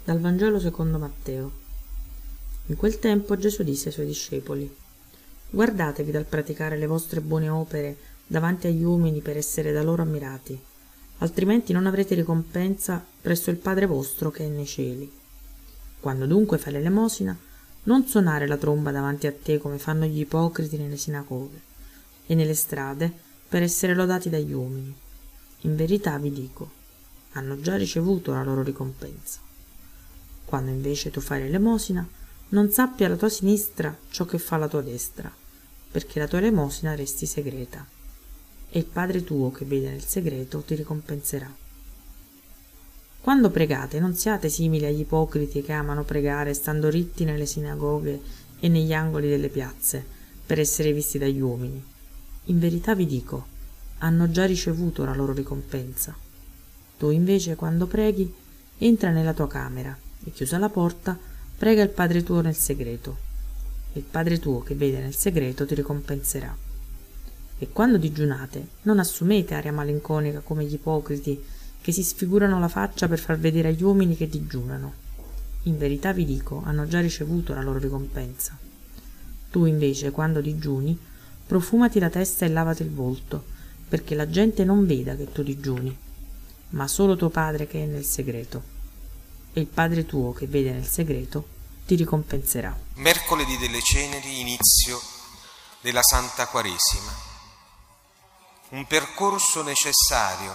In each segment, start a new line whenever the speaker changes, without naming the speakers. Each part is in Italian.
Dal Vangelo secondo Matteo. In quel tempo Gesù disse ai suoi discepoli: Guardatevi dal praticare le vostre buone opere davanti agli uomini per essere da loro ammirati, altrimenti non avrete ricompensa presso il Padre vostro che è nei cieli. Quando dunque fai l'elemosina, non suonare la tromba davanti a te come fanno gli ipocriti nelle sinagoghe e nelle strade per essere lodati dagli uomini. In verità vi dico, hanno già ricevuto la loro ricompensa. Quando invece tu fai l'elemosina, non sappia alla tua sinistra ciò che fa la tua destra, perché la tua elemosina resti segreta. E il Padre tuo che vede nel segreto ti ricompenserà. Quando pregate, non siate simili agli ipocriti che amano pregare stando ritti nelle sinagoghe e negli angoli delle piazze, per essere visti dagli uomini. In verità vi dico, hanno già ricevuto la loro ricompensa. Tu invece, quando preghi, entra nella tua camera e chiusa la porta, prega il Padre tuo nel segreto. E il Padre tuo che vede nel segreto ti ricompenserà. E quando digiunate, non assumete aria malinconica come gli ipocriti che si sfigurano la faccia per far vedere agli uomini che digiunano. In verità vi dico, hanno già ricevuto la loro ricompensa. Tu invece, quando digiuni, profumati la testa e lavati il volto, perché la gente non veda che tu digiuni, ma solo tuo Padre che è nel segreto. E il Padre tuo che vede nel segreto ti ricompenserà.
Mercoledì delle Ceneri, inizio della Santa Quaresima. Un percorso necessario,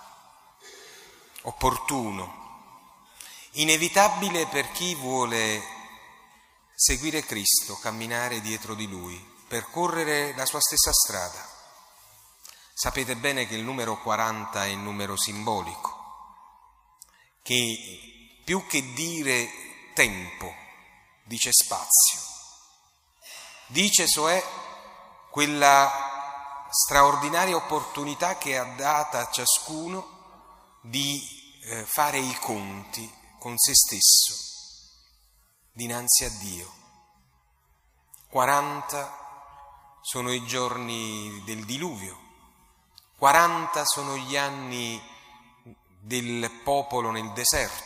opportuno, inevitabile per chi vuole seguire Cristo, camminare dietro di Lui, percorrere la sua stessa strada. Sapete bene che il numero 40 è il numero simbolico, che più che dire tempo, dice spazio. Dice cioè quella straordinaria opportunità che ha data a ciascuno di fare i conti con se stesso dinanzi a Dio. 40 sono i giorni del diluvio, 40 sono gli anni del popolo nel deserto,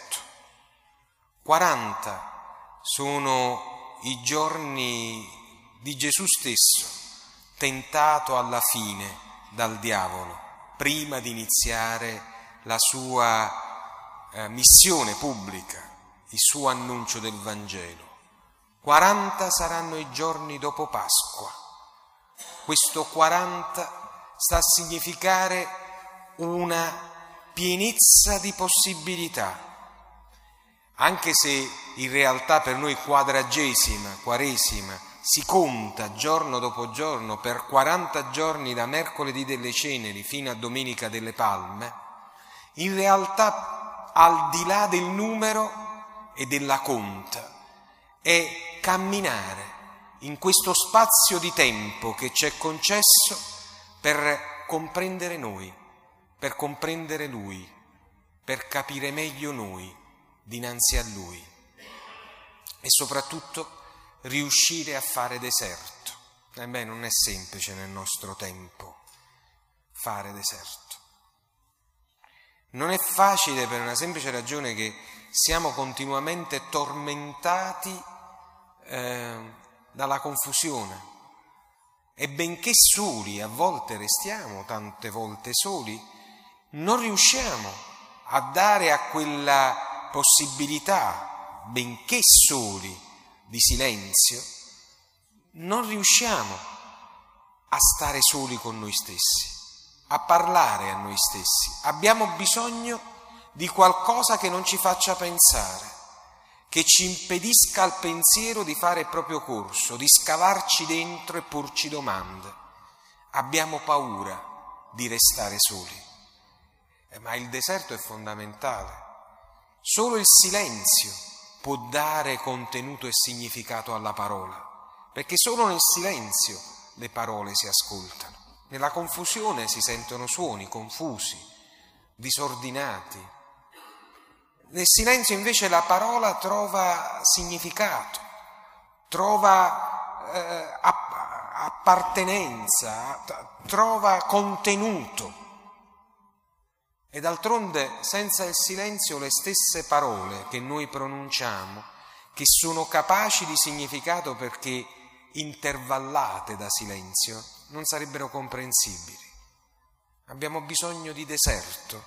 40 sono i giorni di Gesù stesso, tentato alla fine dal diavolo, prima di iniziare la sua missione pubblica, il suo annuncio del Vangelo. 40 saranno i giorni dopo Pasqua. Questo 40 sta a significare una pienezza di possibilità, anche se in realtà per noi quadragesima, quaresima, si conta giorno dopo giorno per 40 giorni da mercoledì delle Ceneri fino a domenica delle Palme, in realtà al di là del numero e della conta è camminare in questo spazio di tempo che ci è concesso per comprendere noi, per comprendere Lui, per capire meglio noi dinanzi a Lui e soprattutto riuscire a fare deserto. Non è semplice nel nostro tempo fare deserto. Non è facile per una semplice ragione che siamo continuamente tormentati dalla confusione e benché soli, a volte restiamo tante volte soli, non riusciamo a dare a quella possibilità, benché soli, di silenzio, non riusciamo a stare soli con noi stessi, a parlare a noi stessi. Abbiamo bisogno di qualcosa che non ci faccia pensare, che ci impedisca al pensiero di fare il proprio corso, di scavarci dentro e porci domande. Abbiamo paura di restare soli, ma il deserto è fondamentale. Solo il silenzio può dare contenuto e significato alla parola, perché solo nel silenzio le parole si ascoltano. Nella confusione si sentono suoni confusi, disordinati. Nel silenzio invece la parola trova significato, trova appartenenza, trova contenuto. E d'altronde senza il silenzio le stesse parole che noi pronunciamo, che sono capaci di significato perché intervallate da silenzio, non sarebbero comprensibili. Abbiamo bisogno di deserto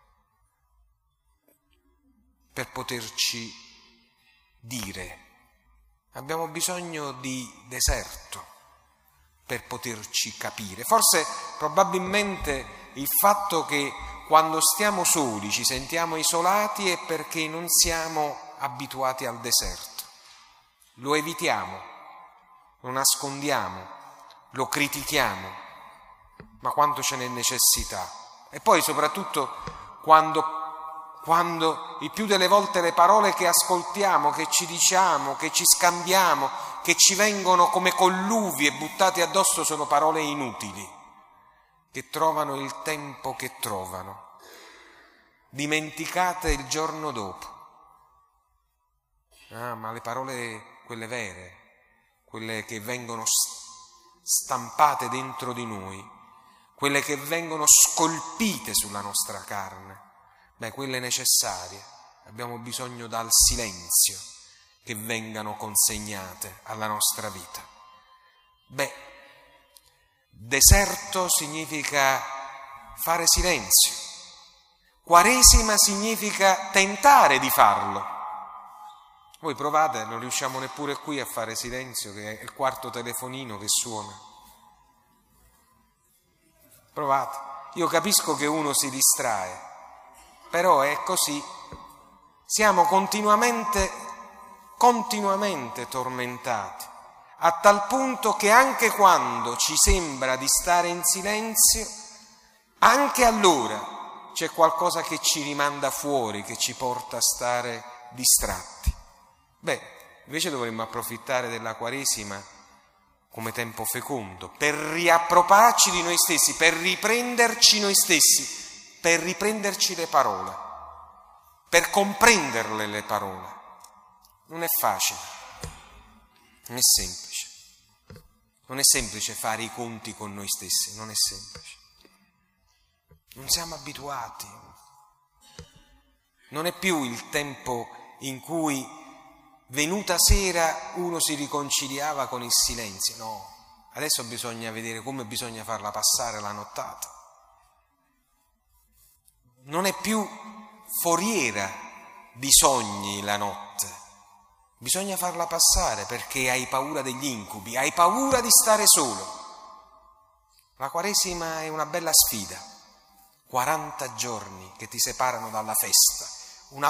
per poterci dire. Abbiamo bisogno di deserto per poterci capire. Forse, probabilmente, il fatto che quando stiamo soli ci sentiamo isolati è perché non siamo abituati al deserto. Lo evitiamo, lo nascondiamo, lo critichiamo, ma quanto ce n'è necessità. E poi soprattutto quando il più delle volte le parole che ascoltiamo, che ci diciamo, che ci scambiamo, che ci vengono come colluvie buttate addosso sono parole inutili, che trovano il tempo che trovano, dimenticate il giorno dopo. Ma le parole, quelle vere, quelle che vengono stampate dentro di noi, quelle che vengono scolpite sulla nostra carne, quelle necessarie, abbiamo bisogno dal silenzio che vengano consegnate alla nostra vita. Deserto significa fare silenzio, Quaresima significa tentare di farlo. Voi provate, non riusciamo neppure qui a fare silenzio, che è il quarto telefonino che suona. Provate. Io capisco che uno si distrae, però è così. Siamo continuamente tormentati, a tal punto che anche quando ci sembra di stare in silenzio, anche allora c'è qualcosa che ci rimanda fuori, che ci porta a stare distratti. Invece dovremmo approfittare della Quaresima come tempo fecondo, per riappropriarci di noi stessi, per riprenderci noi stessi, per riprenderci le parole, per comprenderle le parole. Non è facile, non è semplice. Non è semplice fare i conti con noi stessi, non è semplice. Non siamo abituati. Non è più il tempo in cui venuta sera uno si riconciliava con il silenzio, no. Adesso bisogna vedere come bisogna farla passare la nottata. Non è più foriera di sogni la notte. Bisogna farla passare perché hai paura degli incubi, hai paura di stare solo. La Quaresima è una bella sfida. 40 giorni che ti separano dalla festa, una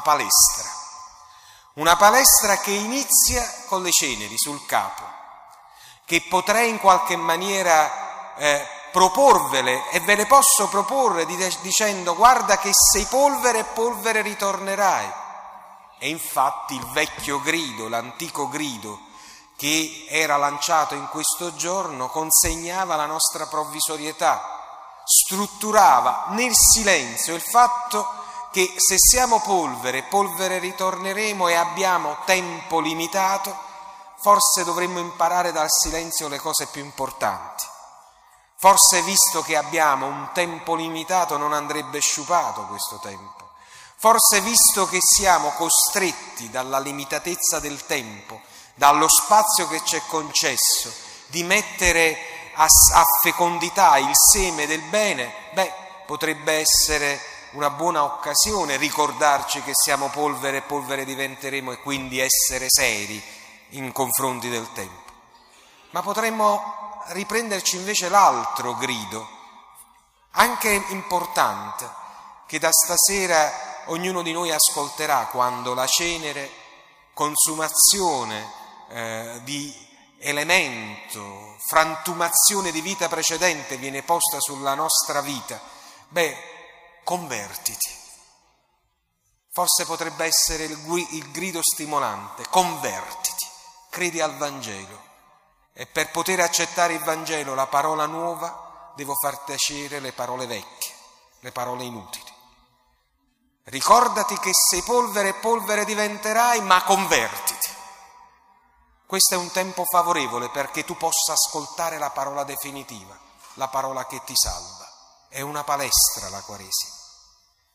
palestra che inizia con le ceneri sul capo, che potrei in qualche maniera proporvele e ve le posso proporre dicendo: guarda che sei polvere e polvere ritornerai. E infatti il vecchio grido, l'antico grido che era lanciato in questo giorno consegnava la nostra provvisorietà, strutturava nel silenzio il fatto che se siamo polvere, polvere ritorneremo e abbiamo tempo limitato, forse dovremmo imparare dal silenzio le cose più importanti. Forse, visto che abbiamo un tempo limitato, non andrebbe sciupato questo tempo. Forse, visto che siamo costretti dalla limitatezza del tempo, dallo spazio che ci è concesso, di mettere a fecondità il seme del bene, potrebbe essere una buona occasione ricordarci che siamo polvere e polvere diventeremo e quindi essere seri in confronti del tempo. Ma potremmo riprenderci invece l'altro grido, anche importante, che da stasera ognuno di noi ascolterà quando la cenere, consumazione di elemento, frantumazione di vita precedente viene posta sulla nostra vita. Convertiti. Forse potrebbe essere il grido stimolante: convertiti, credi al Vangelo. E per poter accettare il Vangelo, la parola nuova, devo far tacere le parole vecchie, le parole inutili. Ricordati che sei polvere e polvere diventerai, ma convertiti. Questo è un tempo favorevole perché tu possa ascoltare la parola definitiva, la parola che ti salva. È una palestra la Quaresima.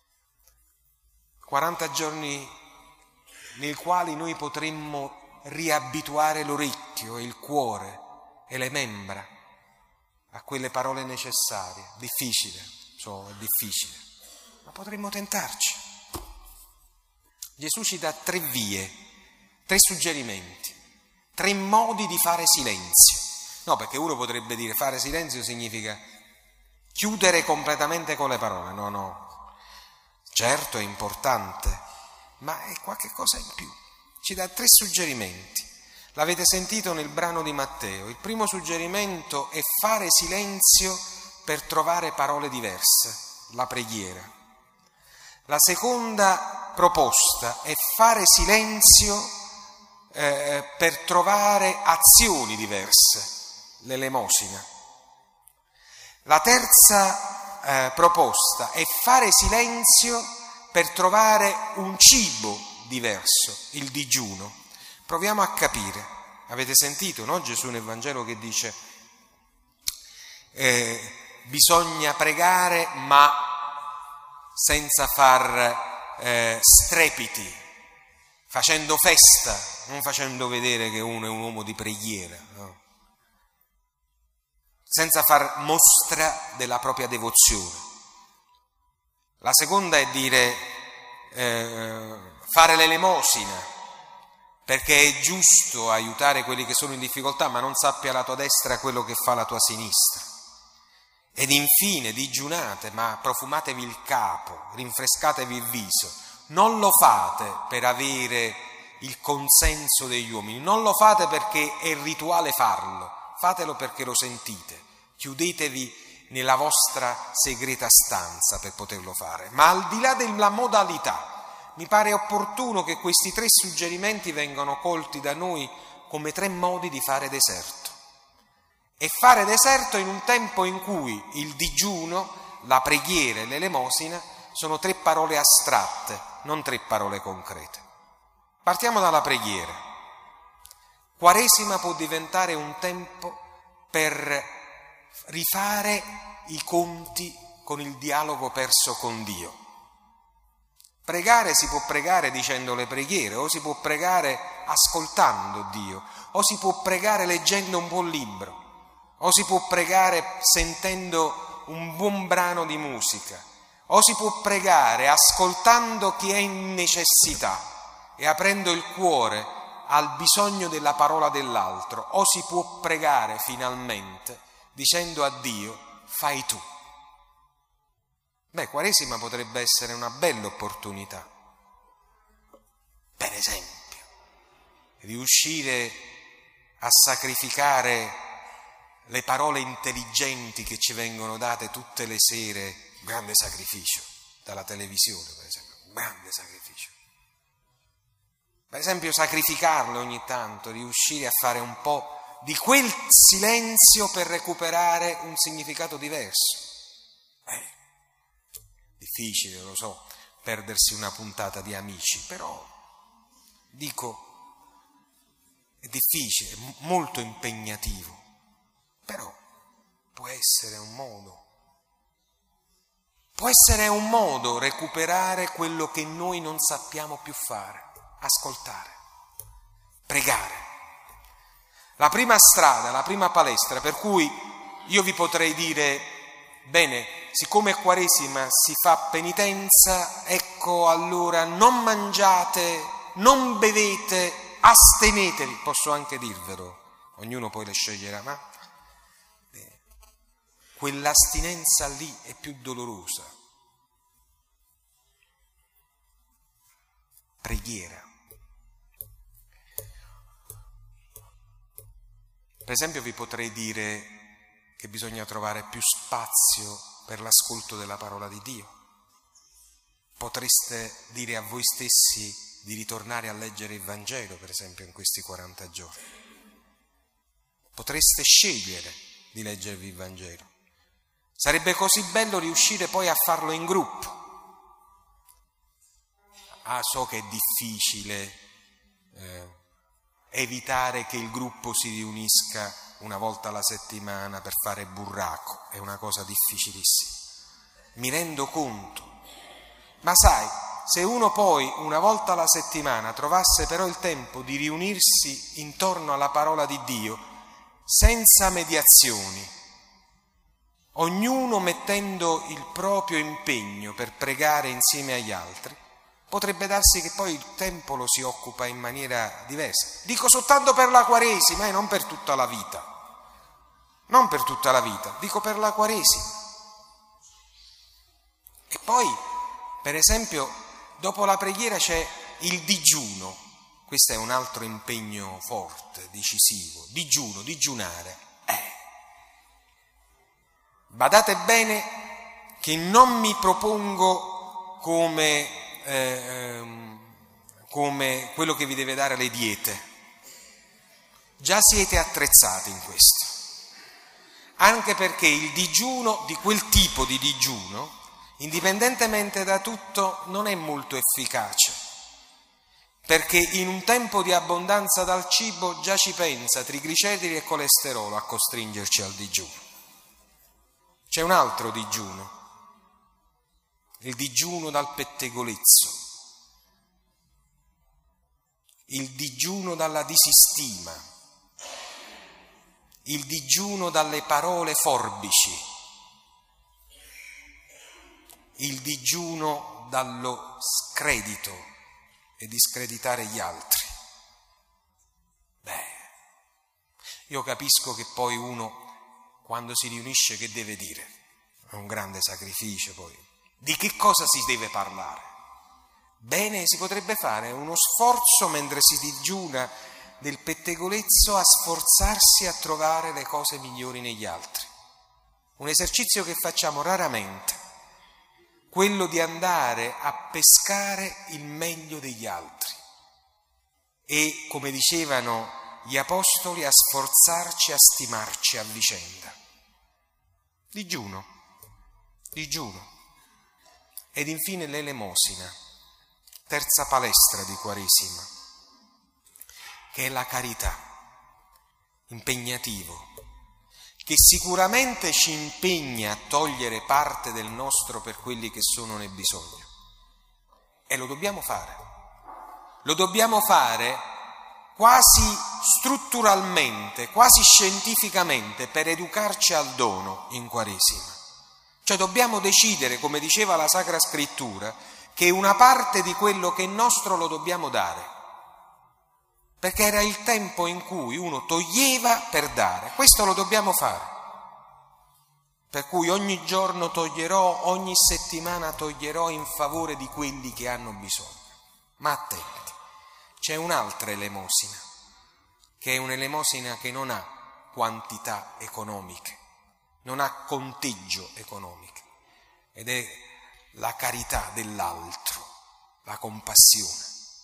40 giorni nei quali noi potremmo riabituare l'orecchio e il cuore e le membra a quelle parole necessarie. Difficile, è difficile, ma potremmo tentarci. Gesù ci dà 3 vie, 3 suggerimenti, 3 modi di fare silenzio. No, perché uno potrebbe dire fare silenzio significa chiudere completamente con le parole. No, certo è importante, ma è qualche cosa in più. Ci dà 3 suggerimenti. L'avete sentito nel brano di Matteo. Il primo suggerimento è fare silenzio per trovare parole diverse, la preghiera. La seconda proposta è fare silenzio per trovare azioni diverse, l'elemosina. La terza proposta è fare silenzio per trovare un cibo diverso, il digiuno. Proviamo a capire. Avete sentito, no? Gesù nel Vangelo che dice bisogna pregare ma senza far strepiti, facendo festa, non facendo vedere che uno è un uomo di preghiera, no? Senza far mostra della propria devozione. La seconda è dire fare l'elemosina, perché è giusto aiutare quelli che sono in difficoltà, ma non sappia la tua destra quello che fa la tua sinistra. Ed infine digiunate, ma profumatevi il capo, rinfrescatevi il viso. Non lo fate per avere il consenso degli uomini, non lo fate perché è rituale farlo, fatelo perché lo sentite. Chiudetevi nella vostra segreta stanza per poterlo fare. Ma al di là della modalità, mi pare opportuno che questi 3 suggerimenti vengano colti da noi come 3 modi di fare deserto. E fare deserto in un tempo in cui il digiuno, la preghiera e l'elemosina sono 3 parole astratte, non 3 parole concrete. Partiamo dalla preghiera. Quaresima può diventare un tempo per rifare i conti con il dialogo perso con Dio. Pregare si può pregare dicendo le preghiere, o si può pregare ascoltando Dio, o si può pregare leggendo un buon libro, o si può pregare sentendo un buon brano di musica, o si può pregare ascoltando chi è in necessità e aprendo il cuore al bisogno della parola dell'altro, o si può pregare finalmente dicendo a Dio fai tu. Quaresima potrebbe essere una bella opportunità, per esempio, riuscire a sacrificare le parole intelligenti che ci vengono date tutte le sere, grande sacrificio, dalla televisione per esempio, grande sacrificio. Per esempio sacrificarle ogni tanto, riuscire a fare un po' di quel silenzio per recuperare un significato diverso. Difficile, lo so, perdersi una puntata di Amici, però dico, è difficile, è molto impegnativo, però può essere un modo recuperare quello che noi non sappiamo più fare, ascoltare, pregare. La prima strada, la prima palestra, per cui io vi potrei dire, bene, siccome Quaresima si fa penitenza, ecco allora non mangiate, non bevete, astenetevi, posso anche dirvelo, ognuno poi le sceglierà, ma quell'astinenza lì è più dolorosa. Preghiera. Per esempio vi potrei dire che bisogna trovare più spazio per l'ascolto della parola di Dio. Potreste dire a voi stessi di ritornare a leggere il Vangelo, per esempio, in questi 40 giorni. Potreste scegliere di leggervi il Vangelo. Sarebbe così bello riuscire poi a farlo in gruppo. So che è difficile evitare che il gruppo si riunisca una volta alla settimana per fare burraco, è una cosa difficilissima. Mi rendo conto, ma sai, se uno poi una volta alla settimana trovasse però il tempo di riunirsi intorno alla parola di Dio, senza mediazioni, ognuno mettendo il proprio impegno per pregare insieme agli altri, potrebbe darsi che poi il tempo lo si occupa in maniera diversa. Dico soltanto per la Quaresima e non per tutta la vita. Non per tutta la vita, dico per la Quaresima. E poi, per esempio, dopo la preghiera c'è il digiuno. Questo è un altro impegno forte, decisivo. Digiunare. Badate bene che non mi propongo come quello che vi deve dare le diete. Già siete attrezzati in questo. Anche perché il digiuno, di quel tipo di digiuno, indipendentemente da tutto, non è molto efficace, perché in un tempo di abbondanza dal cibo già ci pensa trigliceridi e colesterolo a costringerci al digiuno. C'è un altro digiuno, il digiuno dal pettegolezzo, il digiuno dalla disistima, il digiuno dalle parole forbici, il digiuno dallo scredito e di screditare gli altri. Io capisco che poi uno, quando si riunisce, che deve dire? È un grande sacrificio poi. Di che cosa si deve parlare? Bene, si potrebbe fare uno sforzo mentre si digiuna del pettegolezzo a sforzarsi a trovare le cose migliori negli altri. Un esercizio che facciamo raramente, quello di andare a pescare il meglio degli altri e, come dicevano gli apostoli, a sforzarci a stimarci a vicenda. Digiuno. Ed infine l'elemosina, terza palestra di Quaresima, che è la carità, impegnativo, che sicuramente ci impegna a togliere parte del nostro per quelli che sono nel bisogno. E lo dobbiamo fare. Lo dobbiamo fare quasi strutturalmente, quasi scientificamente, per educarci al dono in Quaresima. Cioè dobbiamo decidere, come diceva la Sacra Scrittura, che una parte di quello che è nostro lo dobbiamo dare, perché era il tempo in cui uno toglieva per dare. Questo lo dobbiamo fare. Per cui ogni giorno toglierò, ogni settimana toglierò in favore di quelli che hanno bisogno. Ma attenti, c'è un'altra elemosina, che è un'elemosina che non ha quantità economiche, non ha conteggio economico, ed è la carità dell'altro, la compassione.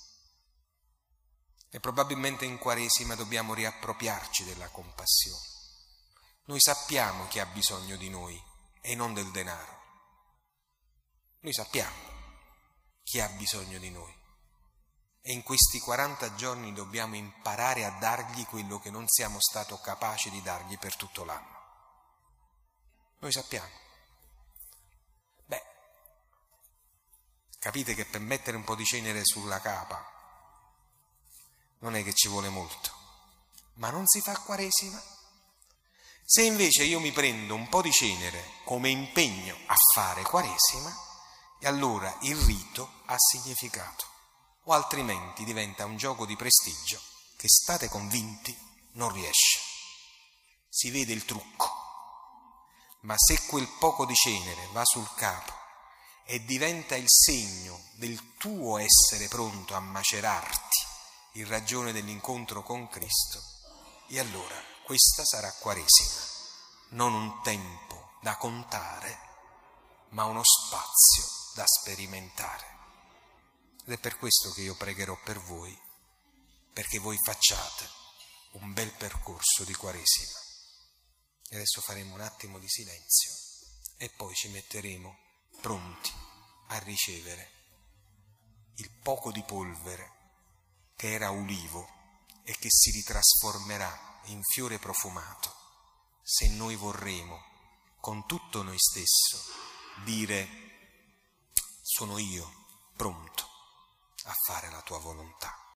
E probabilmente in Quaresima dobbiamo riappropriarci della compassione. Noi sappiamo chi ha bisogno di noi e non del denaro. Noi sappiamo chi ha bisogno di noi. E in questi 40 giorni dobbiamo imparare a dargli quello che non siamo stati capaci di dargli per tutto l'anno. Noi sappiamo. Capite che per mettere un po' di cenere sulla capa non è che ci vuole molto, ma non si fa Quaresima. Se invece io mi prendo un po' di cenere come impegno a fare Quaresima, e allora il rito ha significato, o altrimenti diventa un gioco di prestigio che, state convinti, non riesce. Si vede il trucco, ma se quel poco di cenere va sul capo e diventa il segno del tuo essere pronto a macerarti in ragione dell'incontro con Cristo, e allora questa sarà Quaresima, non un tempo da contare, ma uno spazio da sperimentare. Ed è per questo che io pregherò per voi, perché voi facciate un bel percorso di Quaresima. E adesso faremo un attimo di silenzio e poi ci metteremo pronti a ricevere il poco di polvere che era ulivo e che si ritrasformerà in fiore profumato se noi vorremo con tutto noi stesso dire: sono io pronto a fare la tua volontà.